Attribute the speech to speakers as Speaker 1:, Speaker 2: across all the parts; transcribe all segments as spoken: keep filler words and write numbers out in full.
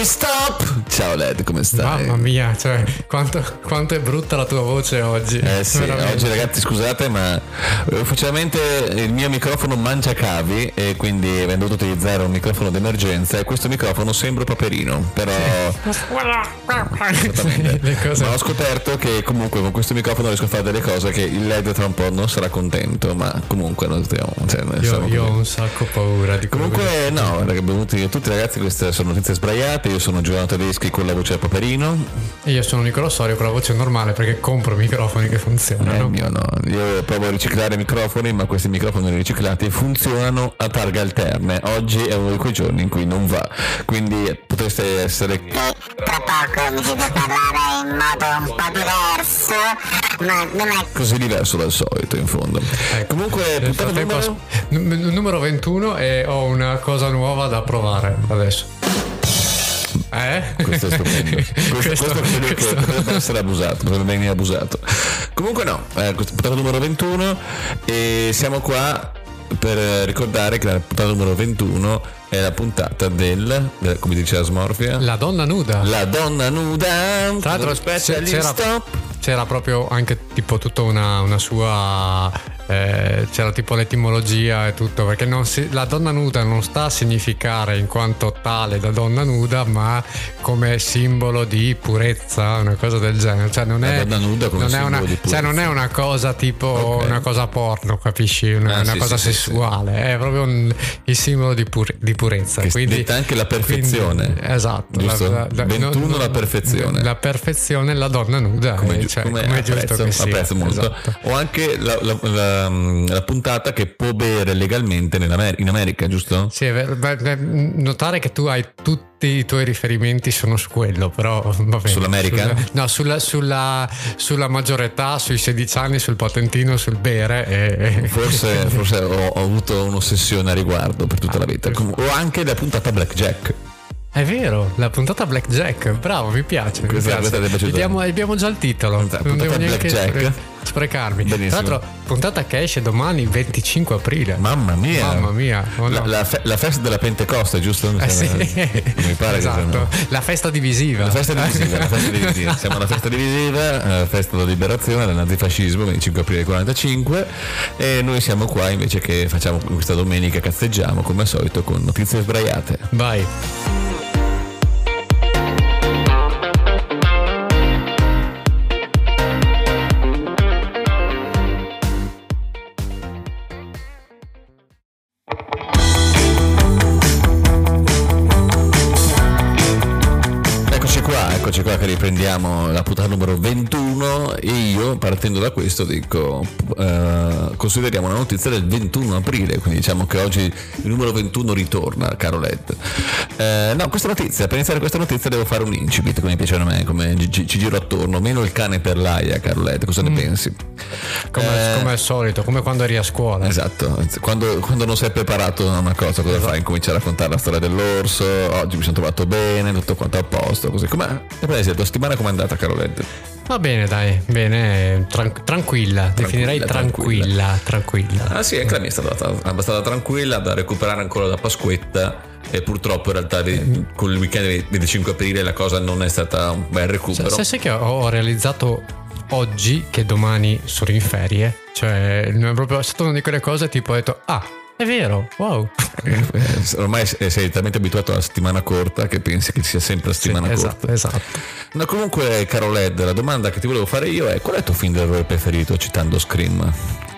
Speaker 1: stop. Ciao Led, come stai?
Speaker 2: Mamma mia, cioè quanto, quanto è brutta la tua voce oggi.
Speaker 1: Eh sì,
Speaker 2: veramente.
Speaker 1: Oggi ragazzi scusate, ma ufficialmente il mio microfono mangia cavi e quindi avendo dovuto utilizzare un microfono d'emergenza, e questo microfono sembra Paperino, però
Speaker 2: Le cose...
Speaker 1: ma ho scoperto che comunque con questo microfono riesco a fare delle cose che il Led tra un po' non sarà contento, ma comunque non stiamo, cioè, noi
Speaker 2: io,
Speaker 1: siamo
Speaker 2: io ho
Speaker 1: così.
Speaker 2: un sacco paura di quello
Speaker 1: Comunque
Speaker 2: che...
Speaker 1: no, perché benvenuti tutti ragazzi, queste sono notizie sbraiate. Io sono Giovanni Tedeschi con la voce da Paperino.
Speaker 2: E io sono Nicolò Sorio con la voce normale perché compro microfoni che funzionano.
Speaker 1: Eh, il mio no, io provo a riciclare i microfoni, ma questi microfoni riciclati funzionano a targhe alterne. Oggi è uno di quei giorni in cui non va, quindi potreste essere
Speaker 3: che tra poco mi sento parlare in modo un po' diverso, ma non è
Speaker 1: così diverso dal solito in fondo.
Speaker 2: Ecco.
Speaker 1: Comunque
Speaker 2: Nel
Speaker 1: puntata
Speaker 2: frattempo,
Speaker 1: numero...
Speaker 2: n- numero ventuno e ho una cosa nuova da provare adesso. Eh?
Speaker 1: Questo è stupendo. Questo,
Speaker 2: Questo-
Speaker 1: questo credo
Speaker 2: questo-
Speaker 1: che potrebbe essere abusato, potrebbe venire abusato. Comunque no, eh, questa è puntata numero ventuno e siamo qua per ricordare che la puntata numero ventuno è la puntata del, del come dice la Smorfia,
Speaker 2: La donna nuda.
Speaker 1: la donna nuda.
Speaker 2: Tra l'altro
Speaker 1: aspetta,
Speaker 2: c'era,
Speaker 1: stop.
Speaker 2: c'era proprio anche tipo tutta una, una sua eh, c'era tipo l'etimologia e tutto, perché non si, la donna nuda non sta a significare in quanto tale da donna nuda, ma come simbolo di purezza, una cosa del genere, cioè non
Speaker 1: La
Speaker 2: è,
Speaker 1: donna nuda come
Speaker 2: non è
Speaker 1: simbolo
Speaker 2: una,
Speaker 1: di purezza.
Speaker 2: cioè non è una cosa tipo
Speaker 1: Ok.
Speaker 2: una cosa porno, capisci? Una,
Speaker 1: Ah,
Speaker 2: una
Speaker 1: sì,
Speaker 2: cosa
Speaker 1: sì, sì,
Speaker 2: sessuale, è proprio un- il simbolo di, pur- di purezza,
Speaker 1: Che
Speaker 2: quindi
Speaker 1: detta anche la perfezione.
Speaker 2: quindi- esatto,
Speaker 1: Giusto? ventuno la perfezione.
Speaker 2: la perfezione, la donna nuda,
Speaker 1: Come,
Speaker 2: eh,
Speaker 1: giu-
Speaker 2: cioè,
Speaker 1: come
Speaker 2: come è giusto
Speaker 1: apprezzo,
Speaker 2: che sia.
Speaker 1: apprezzo molto.
Speaker 2: Esatto.
Speaker 1: O anche la, la, la, la puntata che può bere legalmente nell'Amer- in America, giusto?
Speaker 2: Sì, è vero. Beh, beh, notare che tu hai tutti i tuoi riferimenti sono su quello, però va bene.
Speaker 1: Sull'America?
Speaker 2: Sulla- no, sulla, sulla, sulla maggiore età, sui sedici anni, sul patentino, sul bere. E...
Speaker 1: Forse, forse ho, ho avuto un'ossessione a riguardo per tutta la vita. Com- O anche la puntata Blackjack.
Speaker 2: È vero, la puntata Blackjack, bravo, mi piace. mi
Speaker 1: Questa-
Speaker 2: piace.
Speaker 1: questa ti è piaciuta?
Speaker 2: Abbiamo, abbiamo già il titolo,
Speaker 1: Esatto,
Speaker 2: non devo
Speaker 1: puntata
Speaker 2: neanche
Speaker 1: Blackjack.
Speaker 2: spre- sprecarmi.
Speaker 1: Benissimo.
Speaker 2: Tra l'altro, puntata che esce domani, venticinque aprile.
Speaker 1: Mamma mia.
Speaker 2: Mamma mia, oh no.
Speaker 1: la, la fe- la festa della Pentecoste, giusto?
Speaker 2: Eh sì.
Speaker 1: Mi pare
Speaker 2: Esatto.
Speaker 1: che sia
Speaker 2: La festa divisiva.
Speaker 1: la festa divisiva, la festa divisiva. Siamo alla festa divisiva, eh, festa della liberazione dal nazifascismo, venticinque aprile quarantacinque, e noi siamo qua invece che facciamo questa domenica, cazzeggiamo come al solito con notizie sbraiate.
Speaker 2: Vai.
Speaker 1: Eccoci qua, eccoci qua che riprendiamo la puntata numero ventuno e io partendo da questo dico eh, consideriamo la notizia del ventuno aprile, quindi diciamo che oggi il numero ventuno ritorna, caro Led. Eh, no, questa notizia, per iniziare questa notizia devo fare un incipit come piace a me, come ci, ci giro attorno, meno il cane per l'aia, caro Led, cosa ne pensi?
Speaker 2: Come,
Speaker 1: Eh,
Speaker 2: come al solito, come quando eri a scuola.
Speaker 1: Esatto, quando, quando non sei preparato a una cosa, cosa fai? Incominci a raccontare la storia dell'orso, oggi mi sono trovato bene, tutto quanto a posto, così. Com'è? E poi la tua settimana com'è andata, caro Led?
Speaker 2: Va bene, dai, bene, tran- tranquilla, definirei
Speaker 1: tranquilla,
Speaker 2: tranquilla, tranquilla.
Speaker 1: Ah sì, anche la mia è stata abbastanza tranquilla, da recuperare ancora da Pasquetta e purtroppo in realtà di- con il weekend del venticinque aprile la cosa non è stata un bel recupero.
Speaker 2: Se sai che ho- ho realizzato oggi che domani sono in ferie, cioè è proprio è stata una di quelle cose tipo ho detto ah, è vero, wow.
Speaker 1: Eh, Ormai sei talmente abituato alla settimana corta che pensi che sia sempre la settimana
Speaker 2: Sì,
Speaker 1: corta.
Speaker 2: esatto, esatto.
Speaker 1: No, comunque, caro Led, la domanda che ti volevo fare io è: qual è il tuo film d'orrore preferito citando Scream?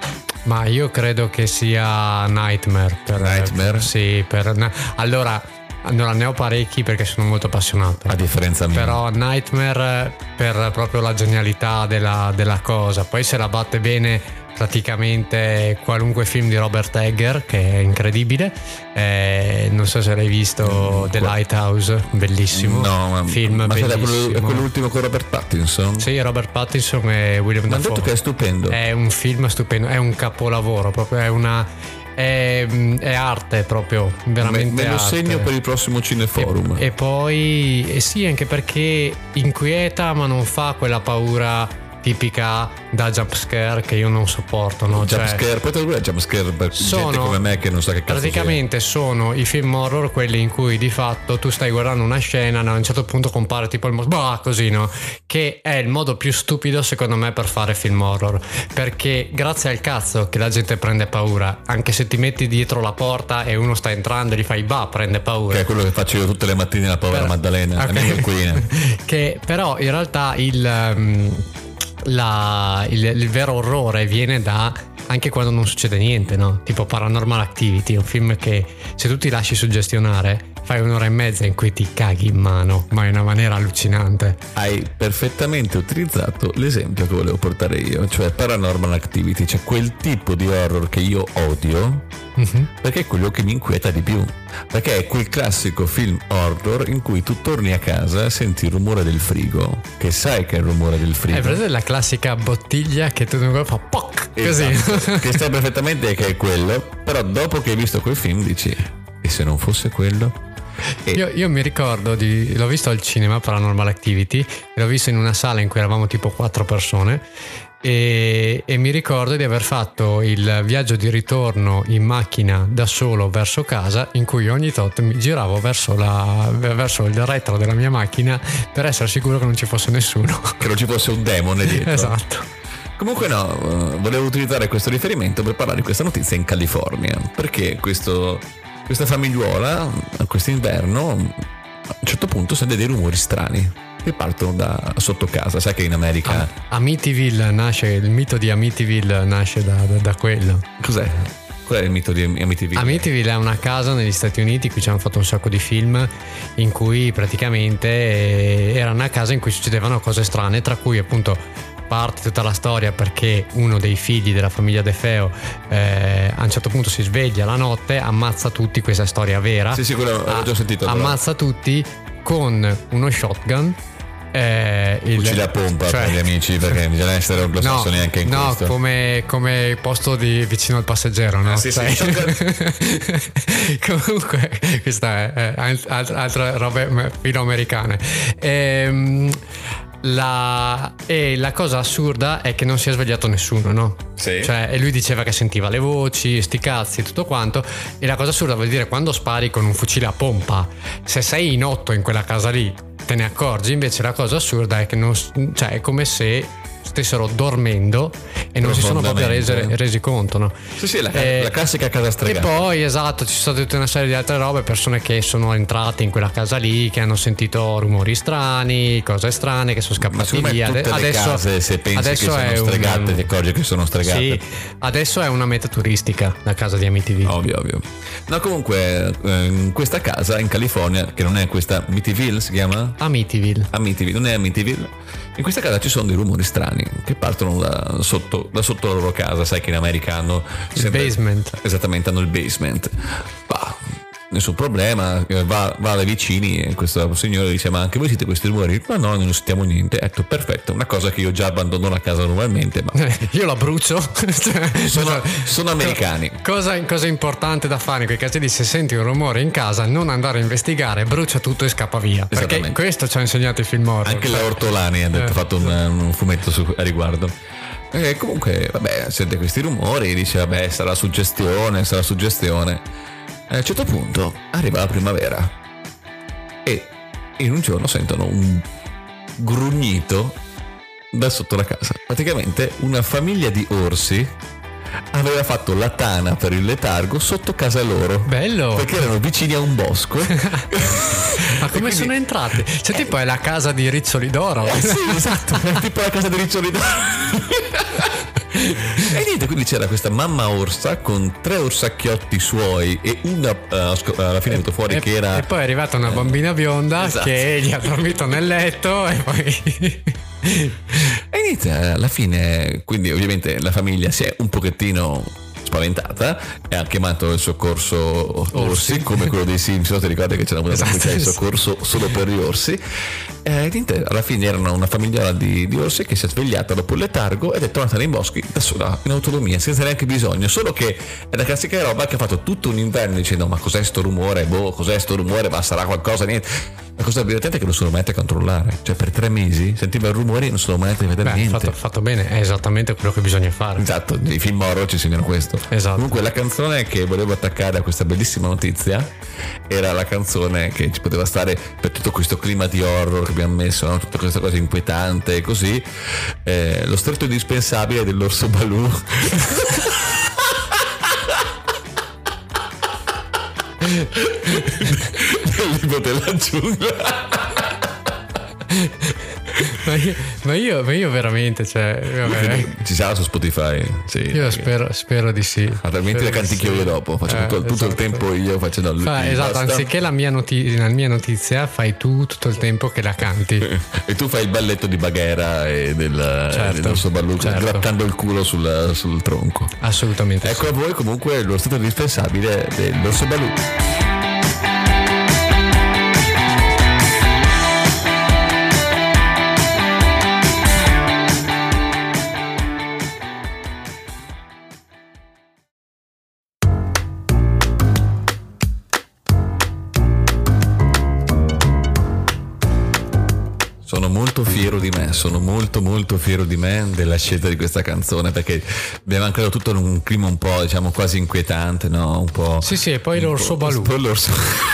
Speaker 2: Ma io credo che sia Nightmare. Per,
Speaker 1: Nightmare?
Speaker 2: Sì, per, allora, allora ne ho parecchi perché sono molto appassionato.
Speaker 1: A differenza mia.
Speaker 2: Però Nightmare per proprio la genialità della, della cosa. Poi se la batte bene praticamente qualunque film di Robert Egger, che è incredibile. Eh, non so se l'hai visto,
Speaker 1: Mm,
Speaker 2: The
Speaker 1: qua-
Speaker 2: Lighthouse, bellissimo.
Speaker 1: No, ma,
Speaker 2: film
Speaker 1: ma aspetta, è
Speaker 2: bellissimo.
Speaker 1: quello- è quell'ultimo con Robert Pattinson?
Speaker 2: Sì, Robert Pattinson e William
Speaker 1: Mi hanno
Speaker 2: Dafoe.
Speaker 1: detto che è stupendo.
Speaker 2: È un film stupendo, è un capolavoro, proprio è una è, è arte proprio,
Speaker 1: me,
Speaker 2: veramente
Speaker 1: me lo
Speaker 2: arte.
Speaker 1: segno per il prossimo Cineforum.
Speaker 2: E, e poi e sì, anche perché inquieta ma non fa quella paura tipica da jump scare che io non sopporto, no?
Speaker 1: Jump
Speaker 2: Cioè,
Speaker 1: scare, poi tra jump scare per gente come me che non sa che cazzo
Speaker 2: praticamente
Speaker 1: sia.
Speaker 2: Sono i film horror quelli in cui di fatto tu stai guardando una scena, a un certo punto compare tipo il mostro, bah, così, no? Che è il modo più stupido secondo me per fare film horror, perché grazie al cazzo che la gente prende paura, anche se ti metti dietro la porta e uno sta entrando e gli fai bah, prende paura,
Speaker 1: che è quello che faccio io tutte le mattine alla povera
Speaker 2: però,
Speaker 1: Maddalena,
Speaker 2: okay.
Speaker 1: la mia coinquilina.
Speaker 2: Che però in realtà il, um, la, il, il vero orrore viene da anche quando non succede niente, no? Tipo Paranormal Activity, un film che se tu ti lasci suggestionare fai un'ora e mezza in cui ti caghi in mano, ma in una maniera allucinante.
Speaker 1: Hai perfettamente utilizzato l'esempio che volevo portare io, cioè Paranormal Activity, cioè quel tipo di horror che io odio, mm-hmm. perché è quello che mi inquieta di più, perché è quel classico film horror in cui tu torni a casa e senti il rumore del frigo, che sai che è il rumore del frigo.
Speaker 2: È presente la classica bottiglia che tu non fa poc, così.
Speaker 1: Esatto, che sai perfettamente che è quello, però dopo che hai visto quel film dici, e se non fosse quello? E...
Speaker 2: Io, io mi ricordo di l'ho visto al cinema Paranormal Activity, l'ho visto in una sala in cui eravamo tipo quattro persone e, e mi ricordo di aver fatto il viaggio di ritorno in macchina da solo verso casa, in cui ogni tot mi giravo verso, la, verso il retro della mia macchina per essere sicuro che non ci fosse nessuno,
Speaker 1: che non ci fosse un demone dietro.
Speaker 2: Esatto.
Speaker 1: Comunque no, volevo utilizzare questo riferimento per parlare di questa notizia in California, perché questo Questa famigliuola, quest'inverno, a un certo punto sente dei rumori strani che partono da sotto casa. Sai che in America...
Speaker 2: Amityville nasce, il mito di Amityville nasce da, da, da quello.
Speaker 1: Cos'è? Qual è il mito di Amityville?
Speaker 2: Amityville è una casa negli Stati Uniti, qui ci hanno fatto un sacco di film, in cui praticamente era una casa in cui succedevano cose strane, tra cui appunto... parte tutta la storia perché uno dei figli della famiglia De Feo eh, a un certo punto si sveglia la notte, ammazza tutti, questa è storia vera.
Speaker 1: Sì, sì, quello l'avevo già sentito.
Speaker 2: Ammazza però. tutti con uno shotgun. Eh, il,
Speaker 1: Fucile a pompa, cioè, per gli amici, perché bisogna essere anglosassoni no, anche in
Speaker 2: no,
Speaker 1: questo.
Speaker 2: No, come, come posto di vicino al passeggero, no?
Speaker 1: Ah, sì, sì,
Speaker 2: comunque, questa è, è altra, altra robe filoamericane. Ehm La, e la cosa assurda è che non si è svegliato nessuno, no?
Speaker 1: Sì.
Speaker 2: Cioè, e lui diceva che sentiva le voci, sti cazzi, tutto quanto. E la cosa assurda vuol dire quando spari con un fucile a pompa, se sei in otto in quella casa lì, te ne accorgi. Invece la cosa assurda è che non, cioè, è come se stessero dormendo e non si sono proprio resi, resi conto, no?
Speaker 1: Sì, sì, la, eh, la classica casa stregata.
Speaker 2: E poi, esatto, ci sono tutta una serie di altre robe, persone che sono entrate in quella casa lì, che hanno sentito rumori strani, cose strane, che sono scappati
Speaker 1: ma
Speaker 2: via.
Speaker 1: tutte
Speaker 2: adesso,
Speaker 1: le case, se pensi che sono stregate, un... ti accorgi che sono stregate.
Speaker 2: Sì, adesso è una meta turistica la casa di Amityville.
Speaker 1: Ovvio, ovvio. No, comunque, in questa casa in California, che non è questa Amityville, si chiama?
Speaker 2: Amityville.
Speaker 1: Amityville, non è Amityville. In questa casa ci sono dei rumori strani che partono da sotto, da sotto la loro casa. Sai che in America hanno
Speaker 2: il sempre, basement.
Speaker 1: Esattamente, hanno il basement. Bah, nessun problema, va, va dai vicini e questo signore dice: ma anche voi siete questi rumori? Ma no, non sentiamo niente. Ecco, perfetto, una cosa che io già abbandono la casa normalmente, ma
Speaker 2: io la brucio.
Speaker 1: sono, sono americani.
Speaker 2: Cosa, cosa importante da fare in quei casi lì: se senti un rumore in casa, non andare a investigare, brucia tutto e scappa via. Perché questo ci ha insegnato il film horror.
Speaker 1: Anche la Ortolani ha detto, eh. fatto un, un fumetto su, a riguardo. E comunque, vabbè, sente questi rumori, dice: vabbè, sarà suggestione, sarà suggestione. A un certo punto arriva la primavera e in un giorno sentono un grugnito da sotto la casa. Praticamente una famiglia di orsi aveva fatto la tana per il letargo sotto casa loro.
Speaker 2: Bello!
Speaker 1: Perché erano vicini a un bosco.
Speaker 2: Ma come quindi... sono entrati? Cioè, eh... tipo è la casa di Rizzoli d'Oro.
Speaker 1: Eh, sì, esatto, è tipo la casa di Rizzoli d'Oro. E niente, quindi c'era questa mamma orsa con tre orsacchiotti suoi e una uh, alla fine è venuto fuori
Speaker 2: e,
Speaker 1: che era
Speaker 2: e poi è arrivata una bambina bionda, esatto, che gli ha dormito nel letto e poi
Speaker 1: e niente, alla fine quindi ovviamente la famiglia si è un pochettino spaventata e ha chiamato il soccorso orsi, orsi come quello dei Simpson. Ti ricordi che c'era una
Speaker 2: esatto,
Speaker 1: il soccorso solo per gli orsi? eh, niente, alla fine erano una famigliola di, di orsi che si è svegliata dopo il letargo ed è tornata nei boschi da sola, in autonomia, senza neanche bisogno. Solo che è la classica roba che ha fatto tutto un inverno dicendo ma cos'è sto rumore, boh, cos'è sto rumore, ma sarà qualcosa, niente. La cosa divertente è che non sono mai andati a controllare, cioè per tre mesi sentiva il rumore e non sono mai andati a vedere
Speaker 2: Beh,
Speaker 1: niente.
Speaker 2: fatto, fatto bene, è esattamente quello che bisogna fare.
Speaker 1: Esatto, nei film horror ci segnano questo.
Speaker 2: Esatto.
Speaker 1: Comunque la canzone che volevo attaccare a questa bellissima notizia era la canzone che ci poteva stare per tutto questo clima di horror che abbiamo messo, no? Tutta questa cosa inquietante e così, eh, lo stretto indispensabile dell'orso Baloo. Del libro della giungla.
Speaker 2: Ma io, ma io, ma io veramente, cioè, vabbè.
Speaker 1: Ci sarà su Spotify, sì.
Speaker 2: Io spero, spero di sì.
Speaker 1: Altrimenti la canticchio io dopo, faccio
Speaker 2: Eh,
Speaker 1: tutto, tutto
Speaker 2: esatto.
Speaker 1: il tempo io facendo il
Speaker 2: Fa, esatto,
Speaker 1: basta.
Speaker 2: anziché la mia, noti- la mia notizia, fai tu tutto il tempo che la canti.
Speaker 1: E tu fai il balletto di Baghera e del,
Speaker 2: Certo,
Speaker 1: dell'orso Baloo,
Speaker 2: certo.
Speaker 1: grattando il culo sul, sul tronco.
Speaker 2: Assolutamente.
Speaker 1: Ecco a voi comunque lo stato indispensabile dell'orso Baloo. Sono molto fiero di me, sono molto molto fiero di me della scelta di questa canzone, perché abbiamo anche dato tutto in un clima un po', diciamo, quasi inquietante, no? Un po'.
Speaker 2: Sì, sì, e poi l'orso Baloo.
Speaker 1: Poi l'orso.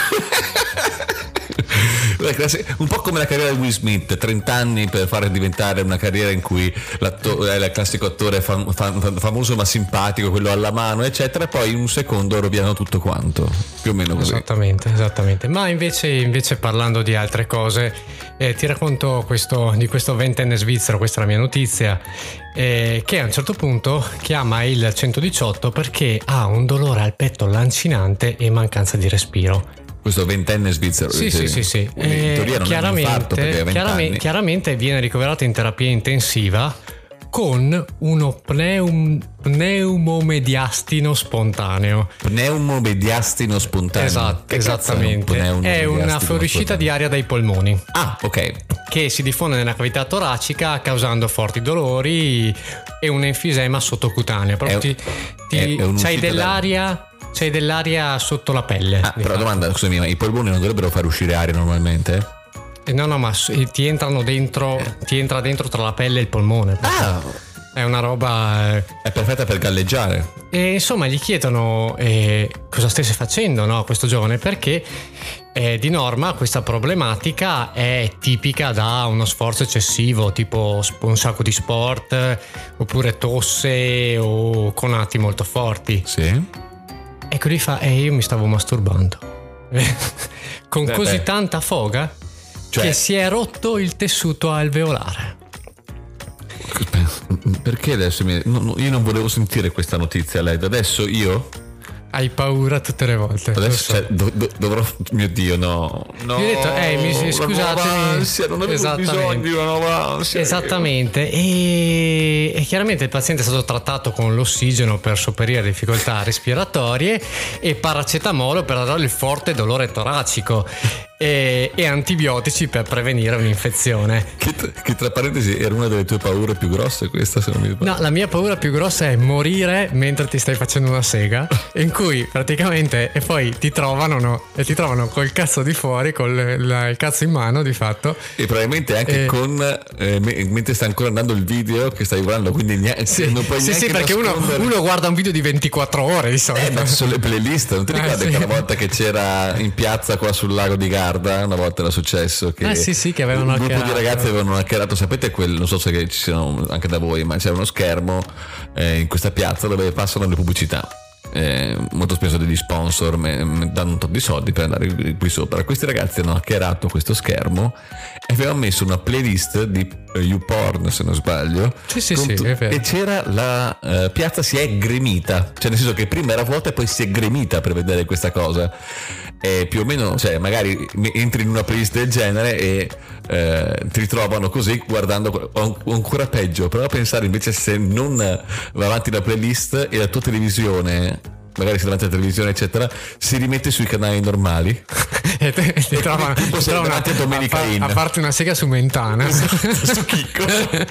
Speaker 1: Un po' come la carriera di Will Smith, trenta anni per fare diventare una carriera in cui l'attore, è il classico attore fam, fam, famoso ma simpatico, quello alla mano eccetera, e poi in un secondo rovinano tutto quanto, più o meno così.
Speaker 2: Esattamente, esattamente. Ma invece, invece parlando di altre cose, eh, ti racconto questo, di questo ventenne svizzero, questa è la mia notizia, eh, che a un certo punto chiama il centodiciotto perché ha un dolore al petto lancinante e mancanza di respiro.
Speaker 1: Questo ventenne svizzero.
Speaker 2: Sì, sì, sì, sì.
Speaker 1: In teoria non è un infarto perché ha
Speaker 2: chiaramente,
Speaker 1: vent'anni.
Speaker 2: chiaramente viene ricoverato in terapia intensiva con uno pneum, pneumomediastino spontaneo.
Speaker 1: Pneumomediastino spontaneo.
Speaker 2: Esatto,
Speaker 1: Che cazzo
Speaker 2: esattamente.
Speaker 1: è un
Speaker 2: È una
Speaker 1: pneumomediastino
Speaker 2: fuoriuscita
Speaker 1: spontaneo?
Speaker 2: di aria dai polmoni
Speaker 1: Ah, ok.
Speaker 2: che si diffonde nella cavità toracica causando forti dolori e un enfisema sottocutaneo. Proprio
Speaker 1: È-
Speaker 2: ti, ti-
Speaker 1: è- è un'uscita
Speaker 2: c'hai dell'aria, c'hai dell'aria sotto la pelle.
Speaker 1: Ah,
Speaker 2: di
Speaker 1: però
Speaker 2: fatto.
Speaker 1: domanda, scusami, ma i polmoni non dovrebbero far uscire aria normalmente?
Speaker 2: Eh, No, no, ma s- ti entrano dentro, ti entra dentro tra la pelle e il polmone.
Speaker 1: Ah,
Speaker 2: È una roba. eh.
Speaker 1: è perfetta per galleggiare.
Speaker 2: E insomma, gli chiedono eh, cosa stesse facendo, no, questo giovane, perché eh, di norma questa problematica è tipica da uno sforzo eccessivo, tipo sp- un sacco di sport, eh, oppure tosse o conati molto forti.
Speaker 1: Sì.
Speaker 2: Ecco, lui fa: eh, io mi stavo masturbando. Con
Speaker 1: Beh,
Speaker 2: così
Speaker 1: beh.
Speaker 2: tanta foga
Speaker 1: Cioè-
Speaker 2: che si è rotto il tessuto alveolare.
Speaker 1: Perché adesso mi... no, no, io non volevo sentire questa notizia, Led. Adesso io
Speaker 2: Hai paura tutte le volte. lo
Speaker 1: adesso
Speaker 2: so.
Speaker 1: cioè, do- do- dovrò mio Dio no no
Speaker 2: Mi ho detto, eh, mi-
Speaker 1: una
Speaker 2: scusatemi.
Speaker 1: nuova ansia, non avevo
Speaker 2: Esattamente.
Speaker 1: bisogno di una nuova ansia.
Speaker 2: Esattamente, e, e chiaramente il paziente è stato trattato con l'ossigeno per sopperire a difficoltà respiratorie e paracetamolo per dargli il forte dolore toracico e, e antibiotici per prevenire un'infezione.
Speaker 1: che, che tra parentesi era una delle tue paure più grosse questa, se non mi sbaglio.
Speaker 2: No, la mia paura più grossa è morire mentre ti stai facendo una sega, in cui praticamente e poi ti trovano, no? E ti trovano col cazzo di fuori, col la- il cazzo in mano di fatto.
Speaker 1: E probabilmente anche
Speaker 2: Eh.
Speaker 1: con eh, me- mentre sta ancora andando il video che stai guardando, quindi neanche,
Speaker 2: Sì,
Speaker 1: non puoi
Speaker 2: sì,
Speaker 1: neanche
Speaker 2: sì, perché uno,
Speaker 1: nascondere.
Speaker 2: uno guarda un video di ventiquattro ore di
Speaker 1: Eh,
Speaker 2: solito.
Speaker 1: ma ci sono le playlist, non ti
Speaker 2: Eh,
Speaker 1: ricordi
Speaker 2: sì.
Speaker 1: che una volta che c'era in piazza qua sul lago di Garda, una volta era successo che
Speaker 2: Ah, sì, sì, che avevano
Speaker 1: un gruppo
Speaker 2: hackerato.
Speaker 1: di ragazzi avevano hackerato, sapete quel, non so se ci sono anche da voi, ma c'era uno schermo eh, in questa piazza dove passano le pubblicità. Eh, molto spesso degli sponsor me, me danno un tot di soldi per andare qui sopra. Questi ragazzi hanno hackerato questo schermo e avevano messo una playlist di eh, YouPorn, se non sbaglio.
Speaker 2: Sì, sì,
Speaker 1: con
Speaker 2: sì,
Speaker 1: tu-
Speaker 2: è vero.
Speaker 1: e c'era la eh, piazza si è gremita, cioè nel senso che prima era vuota e poi si è gremita per vedere questa cosa. E più o meno, cioè magari mi- entri in una playlist del genere e eh, ti ritrovano così guardando, o o ancora peggio, prova a pensare invece se non va avanti la playlist e la tua televisione, magari se davanti alla televisione eccetera, si rimette sui canali normali
Speaker 2: e te, ti trovano,
Speaker 1: tipo sei
Speaker 2: trovano
Speaker 1: davanti a Domenica
Speaker 2: a, far-
Speaker 1: In.
Speaker 2: a farti una sega su Mentana.
Speaker 1: Su Chicco.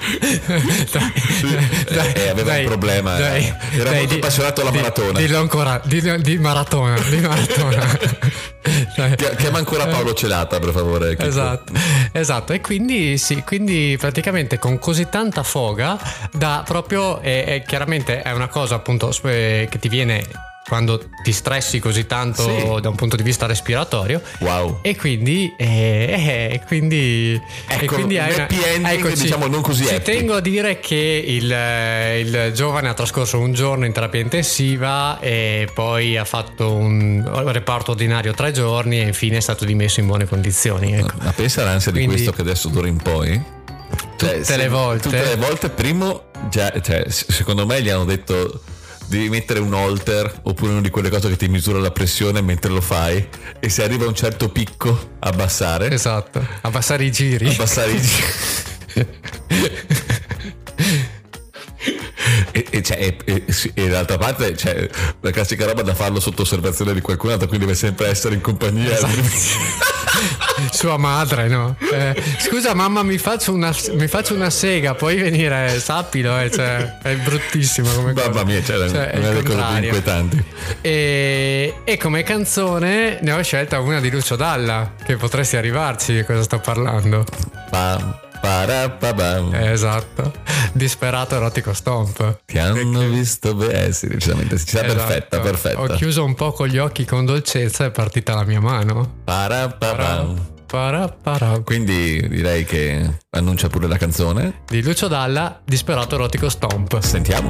Speaker 2: Dai,
Speaker 1: eh, aveva
Speaker 2: dai,
Speaker 1: un problema,
Speaker 2: dai,
Speaker 1: era
Speaker 2: dai,
Speaker 1: molto
Speaker 2: di-
Speaker 1: appassionato alla
Speaker 2: di-
Speaker 1: maratona.
Speaker 2: Dillo ancora, di, di maratona, di maratona. Dai.
Speaker 1: Chia- Chiama ancora Paolo Celata, per favore. Chicco.
Speaker 2: Esatto, esatto, e quindi sì, quindi praticamente con così tanta foga da proprio, e, e chiaramente è una cosa appunto eh, che ti viene quando ti stressi così tanto
Speaker 1: Sì.
Speaker 2: da un punto di vista respiratorio.
Speaker 1: Wow.
Speaker 2: E quindi, eh, e quindi,
Speaker 1: Ecco,
Speaker 2: e quindi
Speaker 1: un
Speaker 2: hai una-
Speaker 1: happy ending,
Speaker 2: eccoci,
Speaker 1: diciamo, non così
Speaker 2: ci
Speaker 1: happy.
Speaker 2: tengo a dire che il, il giovane ha trascorso un giorno in terapia intensiva e poi ha fatto un reparto ordinario tre giorni e infine è stato dimesso in buone condizioni. Ecco.
Speaker 1: Ma pensa all'ansia di
Speaker 2: Quindi-
Speaker 1: questo che adesso d'ora in poi. Cioè,
Speaker 2: Tutte le volte.
Speaker 1: Tutte le volte, primo, già, cioè, s- secondo me gli hanno detto devi mettere un holter oppure una di quelle cose che ti misura la pressione mentre lo fai e se arriva a un certo picco abbassare.
Speaker 2: Esatto, abbassare i giri.
Speaker 1: Abbassare i giri. E, e, cioè, e, e, sì, e d'altra parte cioè, la classica roba da farlo sotto osservazione di qualcun altro, quindi deve sempre essere in compagnia.
Speaker 2: Sua madre, no? Eh, scusa mamma, mi faccio una, mi faccio una sega, puoi venire, sappilo, eh, cioè, è bruttissima come cosa.
Speaker 1: Mamma mia, cioè,
Speaker 2: Cioè, è
Speaker 1: una
Speaker 2: il
Speaker 1: delle cose più
Speaker 2: contrario.
Speaker 1: inquietanti.
Speaker 2: E, e come canzone ne ho scelta una di Lucio Dalla, che potresti arrivarci di cosa sto parlando.
Speaker 1: Pa, para, pa, bam.
Speaker 2: Eh, esatto, Disperato erotico stomp.
Speaker 1: Ti hanno visto bene, eh, sì, decisamente ci sta.
Speaker 2: Esatto.
Speaker 1: perfetta, perfetta.
Speaker 2: Ho chiuso un po' con gli occhi con dolcezza e è partita la mia mano.
Speaker 1: Para, pa, bam.
Speaker 2: Para, para.
Speaker 1: Quindi direi che annuncia pure la canzone.
Speaker 2: Di Lucio Dalla, Disperato erotico stomp.
Speaker 1: Sentiamo.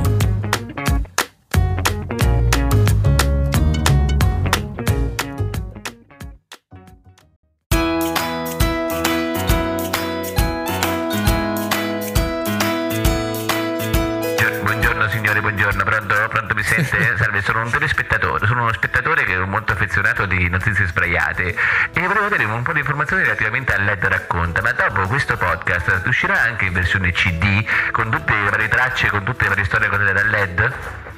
Speaker 4: Buongiorno signore, buongiorno, pronto? Pronto mi sente? Salve, sono un telespettatore, sono uno spettatore che è molto affezionato di notizie sbraiate e volevo avere un po' di informazioni relativamente a L E D Racconta, ma dopo questo podcast uscirà anche in versione C D con tutte le varie tracce, con tutte le varie storie contate da L E D?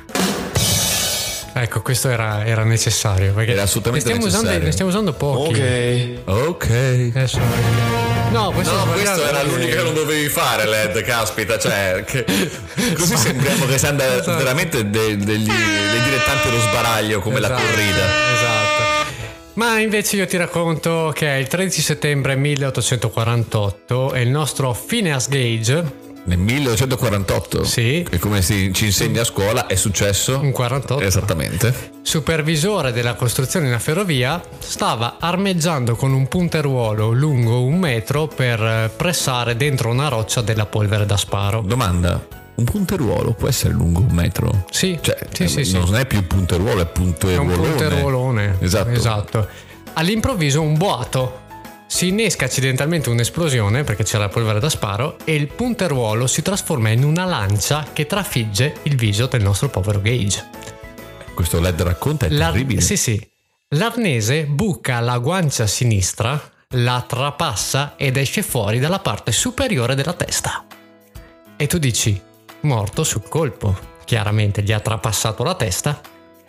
Speaker 2: Ecco, questo era, era necessario perché
Speaker 1: Era assolutamente
Speaker 2: ne stiamo usando,
Speaker 1: necessario.
Speaker 2: ne stiamo usando pochi.
Speaker 1: Ok.
Speaker 2: Adesso- No, questo,
Speaker 1: No,
Speaker 2: è
Speaker 1: questa
Speaker 2: sbagliato.
Speaker 1: era l'unica che non dovevi fare, L E D, caspita, cioè, che- così sembriamo che siamo da-
Speaker 2: Esatto.
Speaker 1: veramente de- degli, dei dilettanti allo sbaraglio come la
Speaker 2: Esatto,
Speaker 1: corrida.
Speaker 2: Esatto. Ma invece io ti racconto che è il tredici settembre milleottocentoquarantotto e il nostro Phineas Gage,
Speaker 1: Nel milleottocentoquarantotto,
Speaker 2: Sì.
Speaker 1: che come si, ci insegna a scuola, è successo.
Speaker 2: un quarantotto,
Speaker 1: Esattamente.
Speaker 2: supervisore della costruzione di una ferrovia, stava armeggiando con un punteruolo lungo un metro per eh, pressare dentro una roccia della polvere da sparo.
Speaker 1: Domanda: un punteruolo può essere lungo un metro?
Speaker 2: Sì,
Speaker 1: Cioè,
Speaker 2: sì,
Speaker 1: eh,
Speaker 2: sì, sì.
Speaker 1: non è più punteruolo, è
Speaker 2: È un
Speaker 1: punteruolone.
Speaker 2: punteruolone.
Speaker 1: Esatto.
Speaker 2: Esatto. All'improvviso un boato. Si innesca accidentalmente un'esplosione perché c'era la polvere da sparo e il punteruolo si trasforma in una lancia che trafigge il viso del nostro povero Gage.
Speaker 1: Questo L E D Racconta è
Speaker 2: L'ar-
Speaker 1: terribile.
Speaker 2: sì, sì. L'arnese buca la guancia sinistra, la trapassa ed esce fuori dalla parte superiore della testa. E tu dici, morto sul colpo. Chiaramente gli ha trapassato la testa.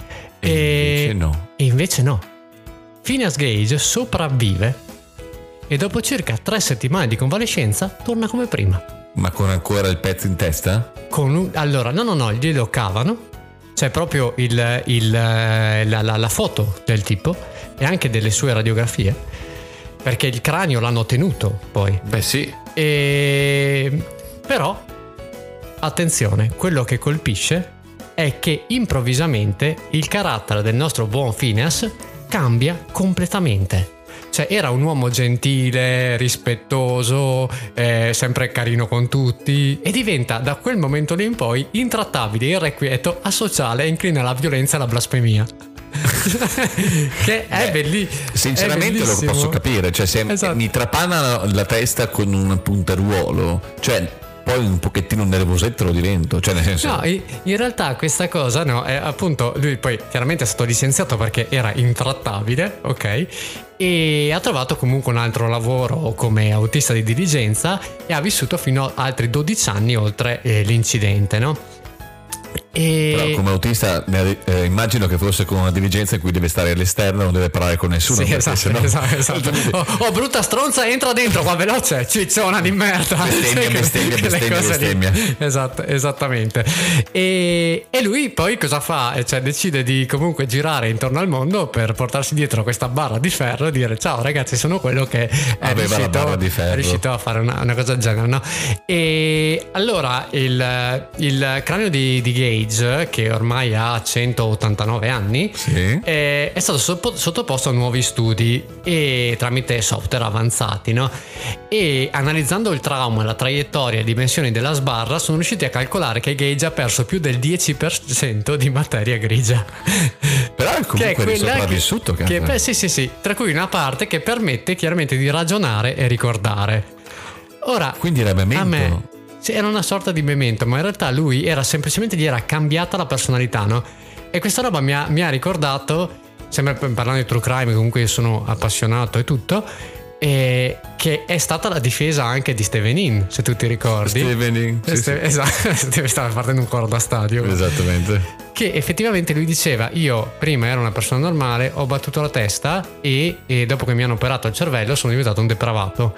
Speaker 1: E invece no.
Speaker 2: E invece no. Phineas Gage sopravvive e dopo circa tre settimane di convalescenza torna come prima.
Speaker 1: Ma con ancora il pezzo in testa?
Speaker 2: Con un- allora, no, no, no, glielo cavano. C'è proprio il, il, la, la- la foto del tipo e anche delle sue radiografie. Perché il cranio l'hanno tenuto poi.
Speaker 1: Beh sì.
Speaker 2: E... Però, attenzione, quello che colpisce è che improvvisamente il carattere del nostro buon Phineas cambia completamente. Cioè era un uomo gentile, rispettoso, eh, sempre carino con tutti e diventa da quel momento lì in poi intrattabile, irrequieto, asociale e inclina alla violenza e alla blasfemia. Che è
Speaker 1: Beh,
Speaker 2: bellissimo.
Speaker 1: Sinceramente lo posso capire, cioè se
Speaker 2: Esatto.
Speaker 1: mi trapana la testa con un punteruolo, cioè poi un pochettino nervosetto lo divento, cioè nel senso...
Speaker 2: No, in in realtà questa cosa, no, è appunto lui poi chiaramente è stato licenziato perché era intrattabile, ok? E ha trovato comunque un altro lavoro come autista di diligenza e ha vissuto fino a altri dodici anni oltre eh, l'incidente, no? E...
Speaker 1: Però come autista eh, immagino che fosse con una diligenza in cui deve stare all'esterno, non deve parlare con nessuno.
Speaker 2: Sì, esatto,
Speaker 1: sennò...
Speaker 2: esatto, esatto. oh, oh brutta stronza, entra dentro qua veloce, cicciona di merda.
Speaker 1: Bestemmia, bestemmia, bestemmia, bestemmia.
Speaker 2: Esatto, esattamente. E, e lui poi cosa fa? Cioè decide di comunque girare intorno al mondo per portarsi dietro questa barra di ferro e dire ciao ragazzi, sono quello che è,
Speaker 1: Aveva
Speaker 2: riuscito,
Speaker 1: la barra di ferro.
Speaker 2: è riuscito a fare una, una cosa del genere, no? E allora il, il cranio di, di Gage, che ormai ha centottantanove anni,
Speaker 1: sì.
Speaker 2: è, è stato soppo, sottoposto a nuovi studi e tramite software avanzati, no? E analizzando il trauma, la traiettoria e dimensioni della sbarra sono riusciti a calcolare che Gage ha perso più del dieci per cento di materia grigia.
Speaker 1: Però è comunque che è sopravvissuto
Speaker 2: che, che, beh, sì sì sì, tra cui una parte che permette chiaramente di ragionare e ricordare. Ora,
Speaker 1: quindi era memento.
Speaker 2: A me sì, era una sorta di memento, ma in realtà lui era semplicemente gli era cambiata la personalità, no? E questa roba mi ha, mi ha ricordato, sempre parlando di true crime, comunque io sono appassionato e tutto, e che è stata la difesa anche di Steven Inn, se tu ti ricordi.
Speaker 1: Steven Inn, sì,
Speaker 2: Ste-
Speaker 1: sì.
Speaker 2: Esatto, stava partendo un coro da stadio.
Speaker 1: Esattamente.
Speaker 2: Che effettivamente lui diceva: io prima ero una persona normale, ho battuto la testa e, e dopo che mi hanno operato il cervello sono diventato un depravato.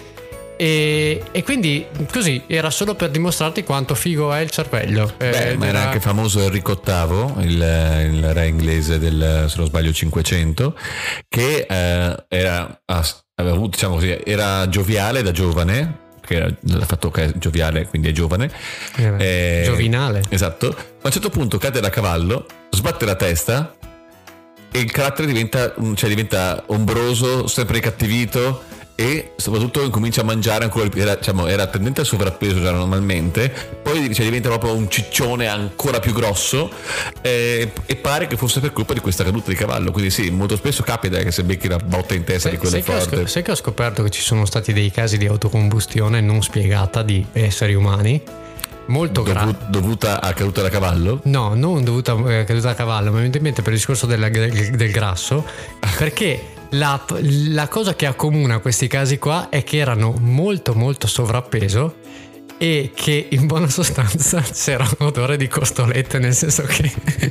Speaker 2: E, e quindi così era solo per dimostrarti quanto figo è il cervello.
Speaker 1: Beh,
Speaker 2: eh,
Speaker 1: ma era
Speaker 2: era
Speaker 1: anche famoso Enrico ottavo, il, il re inglese del, se non sbaglio, cinquecento, che eh, era, aveva avuto, diciamo così, era gioviale da giovane, che era il fatto che è gioviale, quindi è giovane,
Speaker 2: eh,
Speaker 1: eh,
Speaker 2: giovinale.
Speaker 1: Esatto. Ma a un certo punto cade da cavallo, sbatte la testa e il carattere diventa, cioè diventa ombroso, sempre incattivito. E soprattutto incomincia a mangiare ancora, era, diciamo, era tendente al sovrappeso già normalmente, poi cioè, diventa proprio un ciccione ancora più grosso, eh, e pare che fosse per colpa di questa caduta di cavallo. Quindi sì, molto spesso capita che se becchi la botta in testa
Speaker 2: sai,
Speaker 1: di quelle
Speaker 2: sai
Speaker 1: forti.
Speaker 2: Che ho, sai che ho scoperto che ci sono stati dei casi di autocombustione non spiegata di esseri umani molto
Speaker 1: Dovu-
Speaker 2: gravi.
Speaker 1: dovuta a caduta da cavallo?
Speaker 2: No, non dovuta a caduta da cavallo, ma evidentemente per il discorso del, del, del grasso, perché La, la cosa che accomuna questi casi qua è che erano molto molto sovrappeso e che in buona sostanza c'era un odore di costolette, nel senso che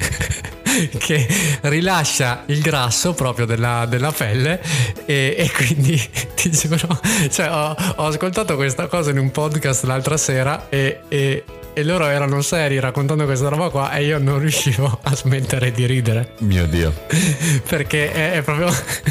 Speaker 2: che rilascia il grasso proprio della, della pelle e, e quindi ti giuro, cioè, ho, ho ascoltato questa cosa in un podcast l'altra sera e, e E loro erano seri raccontando questa roba qua e io non riuscivo a smettere di ridere.
Speaker 1: Mio Dio.
Speaker 2: Perché è, è proprio...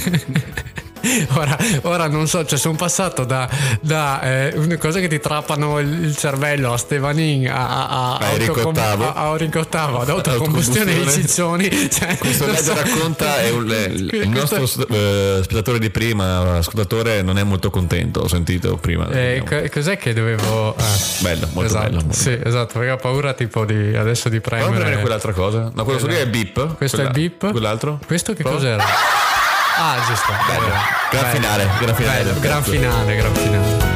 Speaker 2: Ora, ora non so, cioè sono passato da, da eh, cose che ti trappano il, il cervello a Stevanin a, a, a, autocom- a, a Ricottavo ad autocombustione di ciccioni, cioè,
Speaker 1: questo lei so. racconta è un, il, il nostro uh, spettatore di prima, ascoltatore, non è molto contento, ho sentito prima.
Speaker 2: Eh, co- cos'è che dovevo ah,
Speaker 1: bello, molto
Speaker 2: esatto,
Speaker 1: bello molto
Speaker 2: sì, bello. Esatto, perché ho paura tipo di adesso di premere.
Speaker 1: Prova a premere quell'altra cosa. No, quello lì è il beep.
Speaker 2: Questo
Speaker 1: Quella,
Speaker 2: è il beep.
Speaker 1: Quell'altro?
Speaker 2: Questo che
Speaker 1: Prova.
Speaker 2: cos'era? Ah, giusto.
Speaker 1: Bello. Gran
Speaker 2: bello.
Speaker 1: finale, gran finale.
Speaker 2: Bello, gran finale, gran finale.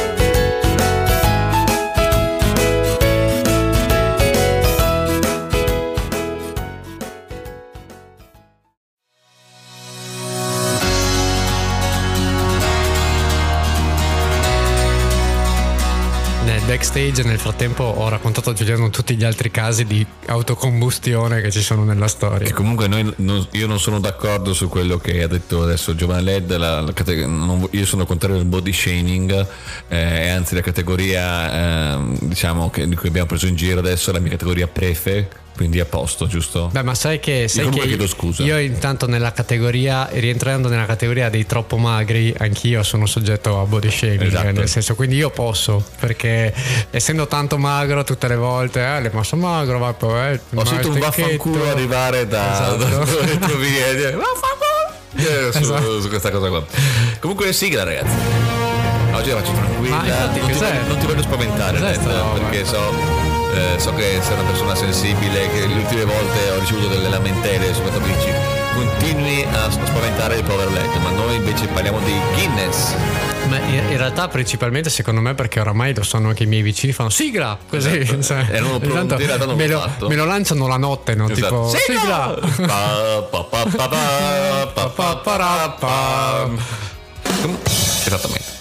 Speaker 2: Backstage nel frattempo ho raccontato a Giuliano tutti gli altri casi di autocombustione che ci sono nella storia.
Speaker 1: Che comunque noi, non, io non sono d'accordo su quello che ha detto adesso Giovanni Led, la, la categ- non, io sono contrario al body shaming, eh, anzi la categoria eh, diciamo che, di cui abbiamo preso in giro adesso è la mia categoria prefe, quindi a posto, giusto?
Speaker 2: Beh, ma sai che, sai che
Speaker 1: chiedo scusa.
Speaker 2: Io intanto nella categoria, rientrando nella categoria dei troppo magri, anch'io sono soggetto a body shaming,
Speaker 1: esatto.
Speaker 2: Nel senso, quindi io posso, perché essendo tanto magro tutte le volte, eh, ma sono magro, va poi, eh,
Speaker 1: ho sentito un vaffanculo arrivare da,
Speaker 2: esatto.
Speaker 1: da, da, da, da via, vaffanculo su, esatto. su questa cosa qua. Comunque sigla, ragazzi. Oggi la faccio tranquilla.
Speaker 2: Ma infatti,
Speaker 1: non, ti voglio, non ti voglio spaventare, Led, perché so Eh, so che sei una persona sensibile, che le ultime volte ho ricevuto delle lamentele su questo bici. Continui a spaventare il povero Led, ma noi invece parliamo di Guinness.
Speaker 2: Ma in, in realtà principalmente secondo me perché oramai lo sanno anche i miei vicini, fanno sigla così,
Speaker 1: esatto.
Speaker 2: Cioè,
Speaker 1: erano pronti, in realtà non
Speaker 2: me,
Speaker 1: l'ho
Speaker 2: lo,
Speaker 1: fatto.
Speaker 2: me lo lanciano la notte, no?
Speaker 1: Esatto.
Speaker 2: Tipo sigla, sigla!
Speaker 1: Pa, pa, pa, pa, pa, pa, pa, pa, pa, pa. Esattamente.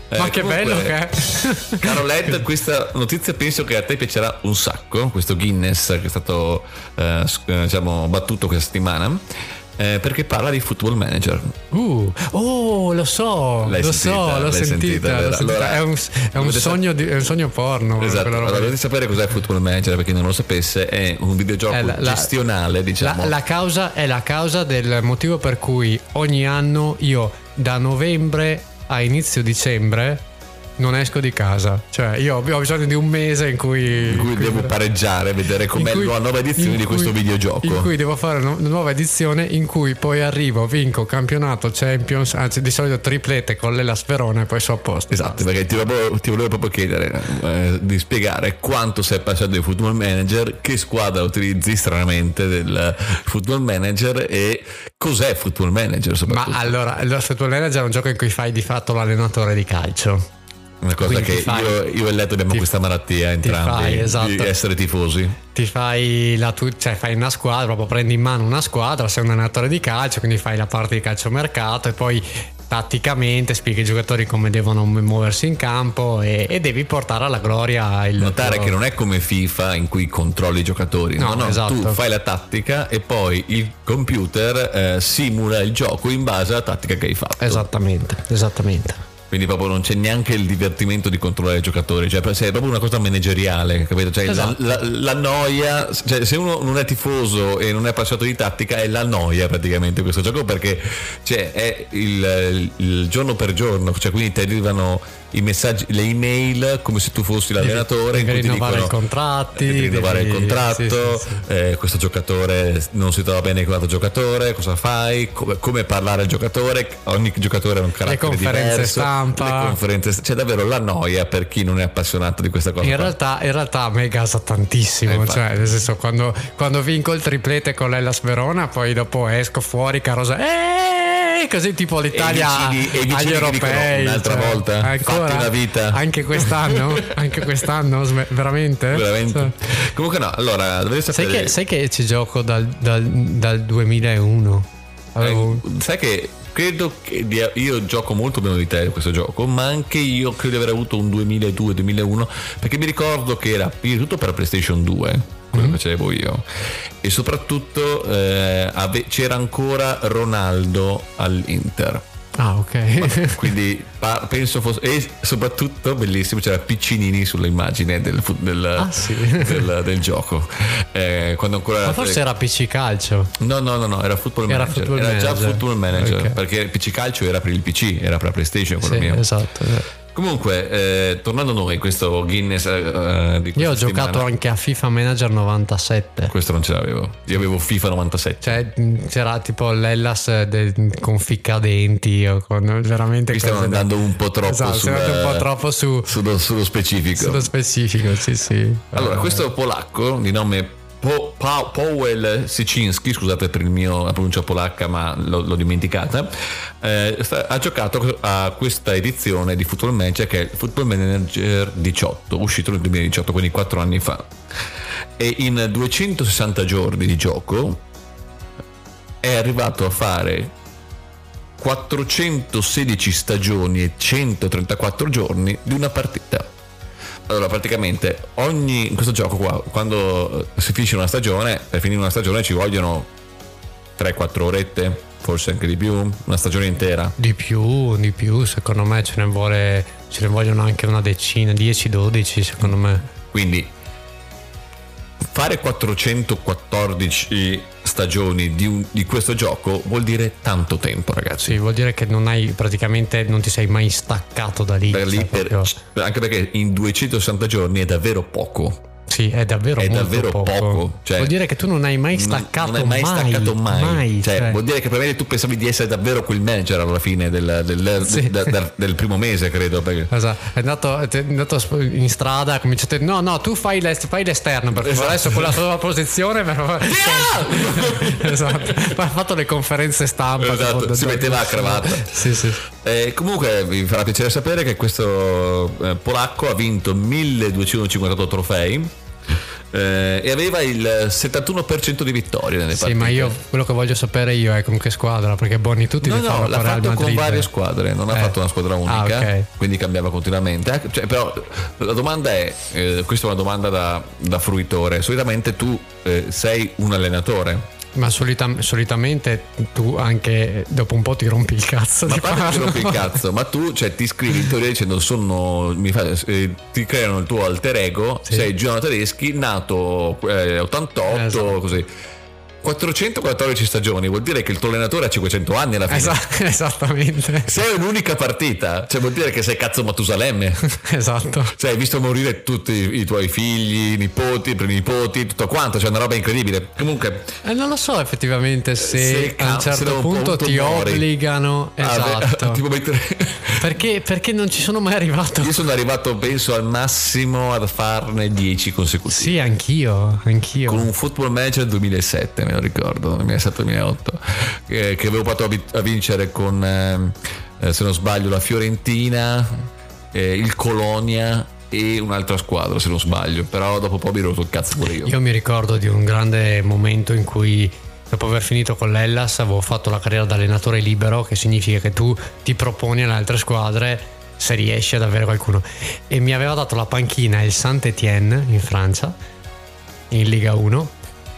Speaker 1: Eh,
Speaker 2: Ma che
Speaker 1: comunque,
Speaker 2: bello che è.
Speaker 1: Caro Led, questa notizia penso che a te piacerà un sacco, questo Guinness che è stato eh, diciamo battuto questa settimana. Eh, perché parla di Football Manager.
Speaker 2: Uh, oh, lo so,
Speaker 1: L'hai
Speaker 2: lo
Speaker 1: sentita,
Speaker 2: so, l'ho
Speaker 1: l'hai
Speaker 2: sentita.
Speaker 1: sentita,
Speaker 2: l'ho sentita.
Speaker 1: allora,
Speaker 2: è un, è un sogno di, è un sogno porno.
Speaker 1: Esatto, allora dovete sapere cos'è Football Manager, perché non lo sapesse, è un videogioco
Speaker 2: è la, la,
Speaker 1: gestionale, diciamo.
Speaker 2: La, la causa è la causa del motivo per cui ogni anno io da novembre a inizio dicembre non esco di casa, cioè io ho bisogno di un mese in cui,
Speaker 1: in cui
Speaker 2: in cui
Speaker 1: devo pareggiare, vedere com'è cui, la nuova edizione di questo
Speaker 2: cui,
Speaker 1: videogioco,
Speaker 2: in cui devo fare una nuova edizione in cui poi arrivo, vinco campionato, Champions, anzi di solito triplete con l'Hellas Verona e poi sono a posto.
Speaker 1: Esatto, perché ti volevo, ti volevo proprio chiedere eh, di spiegare quanto sei appassionato di Football Manager, che squadra utilizzi stranamente del Football Manager e cos'è Football Manager soprattutto.
Speaker 2: Ma allora, il Football Manager è un gioco in cui fai di fatto l'allenatore di calcio.
Speaker 1: Una cosa
Speaker 2: Quindi
Speaker 1: che
Speaker 2: fai,
Speaker 1: io, io e Letto abbiamo
Speaker 2: ti,
Speaker 1: questa malattia entrambi,
Speaker 2: fai, esatto.
Speaker 1: di essere tifosi.
Speaker 2: Ti fai la tu, cioè fai una squadra, proprio prendi in mano una squadra, sei un allenatore di calcio, quindi fai la parte di calciomercato e poi tatticamente spieghi ai giocatori come devono muoversi in campo e, e devi portare alla gloria il
Speaker 1: notare
Speaker 2: tuo...
Speaker 1: che non è come FIFA in cui controlli i giocatori, no, no, no
Speaker 2: esatto.
Speaker 1: Tu fai la tattica e poi il computer eh, simula il gioco in base alla tattica che hai fatto.
Speaker 2: Esattamente, esattamente.
Speaker 1: Quindi proprio non c'è neanche il divertimento di controllare i giocatori, cioè è proprio una cosa manageriale, capito? Cioè
Speaker 2: esatto.
Speaker 1: la, la, la noia, cioè se uno non è tifoso e non è appassionato di tattica è la noia praticamente questo gioco, perché cioè, è il, il giorno per giorno, cioè quindi ti arrivano i messaggi, le email come se tu fossi l'allenatore,
Speaker 2: devi
Speaker 1: in cui ti
Speaker 2: rinnovare
Speaker 1: dicono
Speaker 2: i contratti,
Speaker 1: devi rinnovare
Speaker 2: devi...
Speaker 1: il contratto,
Speaker 2: sì, sì, sì.
Speaker 1: Eh, questo giocatore non si trova bene con l'altro giocatore, cosa fai, come, come parlare al giocatore, ogni giocatore ha un carattere
Speaker 2: le conferenze
Speaker 1: diverso,
Speaker 2: stampa,
Speaker 1: le conferenze, c'è davvero la noia per chi non è appassionato di questa cosa.
Speaker 2: In realtà, in realtà a me gasa tantissimo,
Speaker 1: eh,
Speaker 2: cioè nel senso quando, quando vinco il triplete con l'Hellas Verona, poi dopo esco fuori carosa, eeeh, così tipo l'Italia
Speaker 1: e i vicini, e i
Speaker 2: agli europei,
Speaker 1: un'altra
Speaker 2: cioè,
Speaker 1: volta
Speaker 2: ancora,
Speaker 1: fatti una vita
Speaker 2: anche quest'anno, anche quest'anno veramente,
Speaker 1: veramente.
Speaker 2: Cioè.
Speaker 1: Comunque no, allora dovete sapere,
Speaker 2: sai che, sai che ci gioco dal, dal, dal duemilauno. Avevo...
Speaker 1: eh, sai che credo che io gioco molto meno di te questo gioco, ma anche io credo di aver avuto un duemiladue duemilauno, perché mi ricordo che era prima di tutto per PlayStation due quello mm. che facevo io, e soprattutto eh, ave- c'era ancora Ronaldo all'Inter.
Speaker 2: Ah, ok.
Speaker 1: Quindi pa- penso fosse, e soprattutto bellissimo, c'era Piccinini sull'immagine del, del,
Speaker 2: ah, sì.
Speaker 1: del, del gioco. Eh, quando ancora
Speaker 2: Ma forse era P C Calcio.
Speaker 1: No, no, no, no, era Football
Speaker 2: era
Speaker 1: Manager.
Speaker 2: Football
Speaker 1: era
Speaker 2: Manager.
Speaker 1: già Football Manager,
Speaker 2: okay.
Speaker 1: Perché P C Calcio era per il P C, era per la PlayStation, quello
Speaker 2: sì,
Speaker 1: mio.
Speaker 2: Esatto, esatto.
Speaker 1: Comunque, eh, tornando a noi, questo Guinness eh, di
Speaker 2: io ho
Speaker 1: settimana,
Speaker 2: giocato anche a FIFA Manager novantasette.
Speaker 1: Questo non ce l'avevo. Io avevo FIFA novantasette.
Speaker 2: Cioè c'era tipo l'Hellas de, con ficcadenti o con veramente
Speaker 1: qui stiamo andando da... un po' troppo,
Speaker 2: esatto,
Speaker 1: sul,
Speaker 2: un po' troppo su,
Speaker 1: sullo, sullo specifico.
Speaker 2: Sullo specifico, sì, sì.
Speaker 1: Allora,
Speaker 2: uh,
Speaker 1: questo polacco di nome Po, pa, Powell Sicinski, scusate per il mio la pronuncia polacca, ma l'ho, l'ho dimenticata, eh, sta, ha giocato a questa edizione di Football Manager, che è il Football Manager diciotto, uscito nel duemiladiciotto, quindi quattro anni fa, e in duecentosessanta giorni di gioco è arrivato a fare quattrocentosedici stagioni e centotrentaquattro giorni di una partita. Allora, praticamente ogni in questo gioco qua, quando si finisce una stagione, per finire una stagione ci vogliono tre quattro orette, forse anche di più, una stagione intera.
Speaker 2: Di più, di più, secondo me ce ne vuole, ce ne vogliono anche una decina, dieci dodici secondo me.
Speaker 1: Quindi fare quattrocentoquattordici stagioni di, un, di questo gioco vuol dire tanto tempo, ragazzi.
Speaker 2: Sì, vuol dire che non hai praticamente non ti sei mai staccato da lì,
Speaker 1: per lì
Speaker 2: cioè,
Speaker 1: per,
Speaker 2: proprio...
Speaker 1: anche perché in duecentosessanta giorni è davvero poco.
Speaker 2: Sì, è davvero,
Speaker 1: è
Speaker 2: molto
Speaker 1: davvero
Speaker 2: poco,
Speaker 1: poco. Cioè,
Speaker 2: vuol dire che tu non hai mai staccato,
Speaker 1: non, non hai mai, mai staccato mai,
Speaker 2: mai
Speaker 1: cioè,
Speaker 2: cioè.
Speaker 1: Vuol dire che probabilmente tu pensavi di essere davvero quel manager alla fine del, del,
Speaker 2: sì.
Speaker 1: del, del, del primo mese, credo, perché...
Speaker 2: esatto. È andato, è andato in strada, ha cominciato a dire no no tu fai, l'est, fai l'esterno per esatto. Adesso con la tua posizione per... esatto. Poi ha fatto le conferenze stampa,
Speaker 1: esatto.
Speaker 2: tipo,
Speaker 1: si da, metteva la cravatta.
Speaker 2: Sì, sì.
Speaker 1: Eh, comunque vi farà piacere sapere che questo eh, polacco ha vinto milleduecentocinquantotto trofei eh, e aveva il settantuno per cento di vittorie nelle
Speaker 2: sì,
Speaker 1: partite.
Speaker 2: ma io quello che voglio sapere io è con che squadra, perché Bonni tutti
Speaker 1: No,
Speaker 2: li
Speaker 1: no,
Speaker 2: fanno
Speaker 1: l'ha
Speaker 2: per Real
Speaker 1: fatto
Speaker 2: Madrid.
Speaker 1: con varie squadre, non ha
Speaker 2: Eh.
Speaker 1: fatto una squadra unica,
Speaker 2: Ah, ok.
Speaker 1: quindi cambiava continuamente. Eh, Cioè, però la domanda è, eh, questa è una domanda da, da fruitore, solitamente tu eh, sei un allenatore.
Speaker 2: Ma solita- solitamente tu anche dopo un po' ti rompi il cazzo
Speaker 1: Ma
Speaker 2: di
Speaker 1: a parte che ti
Speaker 2: farlo.
Speaker 1: rompi il cazzo, ma tu cioè, ti scrivi in teoria dicendo sono mi fa, eh, ti creano il tuo alter ego,
Speaker 2: Sì.
Speaker 1: sei Giuliano Tedeschi, nato eh, ottantotto,
Speaker 2: Esatto.
Speaker 1: così. quattrocentoquattordici stagioni, vuol dire che il tuo allenatore ha cinquecento anni alla fine.
Speaker 2: Esa- esattamente.
Speaker 1: Se è un'unica partita, cioè vuol dire che sei cazzo Matusalemme.
Speaker 2: Esatto.
Speaker 1: Cioè hai visto morire tutti i tuoi figli, i nipoti, i prenipoti, tutto quanto, cioè una roba incredibile. Comunque
Speaker 2: Eh, non lo so effettivamente se,
Speaker 1: Se
Speaker 2: a un
Speaker 1: ca- se
Speaker 2: certo
Speaker 1: dopo un
Speaker 2: punto
Speaker 1: punto
Speaker 2: ti
Speaker 1: muori.
Speaker 2: obbligano. Esatto.
Speaker 1: ah, tipo mettere...
Speaker 2: perché, perché non ci sono mai arrivato.
Speaker 1: Io sono arrivato penso al massimo a farne dieci consecutivi.
Speaker 2: Sì, anch'io, anch'io.
Speaker 1: Con un Football Manager duemilasette, me lo ricordo, duemilasette duemilaotto, che, che avevo fatto a, vi- a vincere con, eh, se non sbaglio, la Fiorentina, eh, il Colonia e un'altra squadra, se non sbaglio, però dopo poi mi ero rotto il cazzo pure io.
Speaker 2: Io mi ricordo di un grande momento in cui dopo aver finito con l'Hellas avevo fatto la carriera da allenatore libero, che significa che tu ti proponi alle altre squadre se riesci ad avere qualcuno, e mi aveva dato la panchina il Saint-Étienne in Francia in Liga uno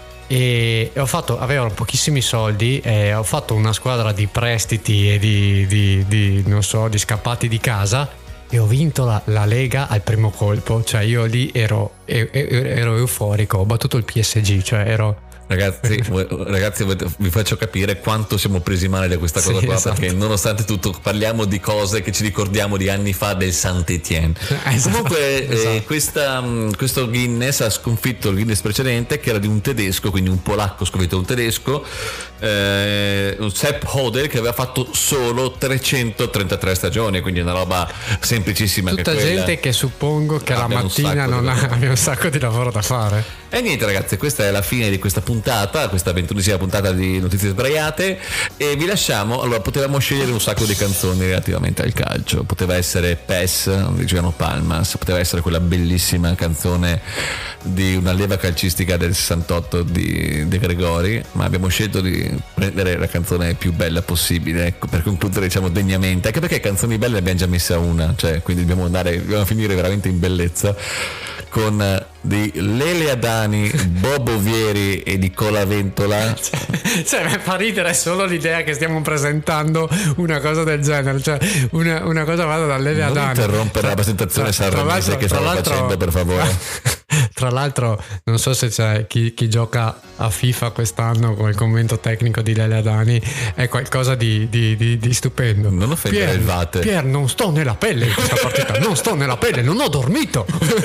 Speaker 2: e ho fatto, avevano pochissimi soldi e ho fatto una squadra di prestiti e di, di, di non so, di scappati di casa e ho vinto la, la Lega al primo colpo. Cioè io lì ero, ero, ero euforico, ho battuto il P S G, cioè ero...
Speaker 1: Ragazzi, ragazzi, vi faccio capire quanto siamo presi male da questa cosa
Speaker 2: Sì,
Speaker 1: qua,
Speaker 2: esatto.
Speaker 1: perché nonostante tutto parliamo di cose che ci ricordiamo di anni fa del Saint-Étienne.
Speaker 2: Esatto,
Speaker 1: Comunque
Speaker 2: esatto.
Speaker 1: eh, questa, mh, questo Guinness ha sconfitto il Guinness precedente, che era di un tedesco, quindi un polacco sconfitto un tedesco, eh, un Sepp Hodel, che aveva fatto solo trecentotrentatré stagioni, quindi una roba semplicissima.
Speaker 2: Tutta
Speaker 1: anche quella.
Speaker 2: gente che suppongo che la
Speaker 1: Abbia un
Speaker 2: mattina
Speaker 1: sacco
Speaker 2: non
Speaker 1: di
Speaker 2: ha,
Speaker 1: lavoro.
Speaker 2: abbia un sacco di lavoro da fare.
Speaker 1: E niente ragazzi, questa è la fine di questa puntata, questa ventunesima puntata di Notizie Sbraiate, e vi lasciamo. Allora, potevamo scegliere un sacco di canzoni relativamente al calcio, poteva essere P E S di Giuliano Palmas, poteva essere quella bellissima canzone di una leva calcistica del sessantotto di De Gregori, ma abbiamo scelto di prendere la canzone più bella possibile, ecco, per concludere diciamo degnamente, anche perché canzoni belle ne abbiamo già messa una, cioè quindi dobbiamo andare, dobbiamo finire veramente in bellezza con eh, di Lele Adani, Bobo Vieri e Nicola Ventola.
Speaker 2: Cioè, cioè mi fa ridere solo l'idea che stiamo presentando una cosa del genere, cioè una, una cosa vada da Lele
Speaker 1: Non
Speaker 2: Adani.
Speaker 1: interrompere la presentazione
Speaker 2: Tra- tra
Speaker 1: sanremese
Speaker 2: l'altro-
Speaker 1: che
Speaker 2: tra
Speaker 1: stavo
Speaker 2: l'altro-
Speaker 1: facendo, per favore.
Speaker 2: Tra l'altro non so se c'è chi, chi gioca a FIFA quest'anno con il commento tecnico di Lele Adani, è qualcosa di, di, di, di stupendo.
Speaker 1: Non offendere
Speaker 2: Pier,
Speaker 1: il Vate.
Speaker 2: Pier, non sto nella pelle in questa partita, non sto nella pelle, non ho dormito.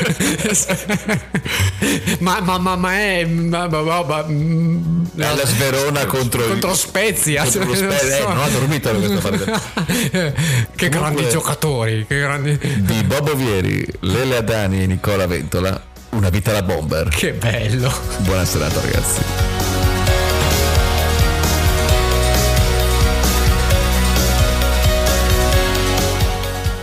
Speaker 2: ma, ma, ma, ma è ma, ma, ma, ma,
Speaker 1: È la Sverona contro,
Speaker 2: contro
Speaker 1: il,
Speaker 2: Spezia.
Speaker 1: contro lo Spezia. Eh, non ha dormito in questa partita.
Speaker 2: Che grandi giocatori, che grandi.
Speaker 1: Di Bobo Vieri, Lele Adani e Nicola Ventola, Una vita da bomber.
Speaker 2: Che bello.
Speaker 1: Buona serata ragazzi.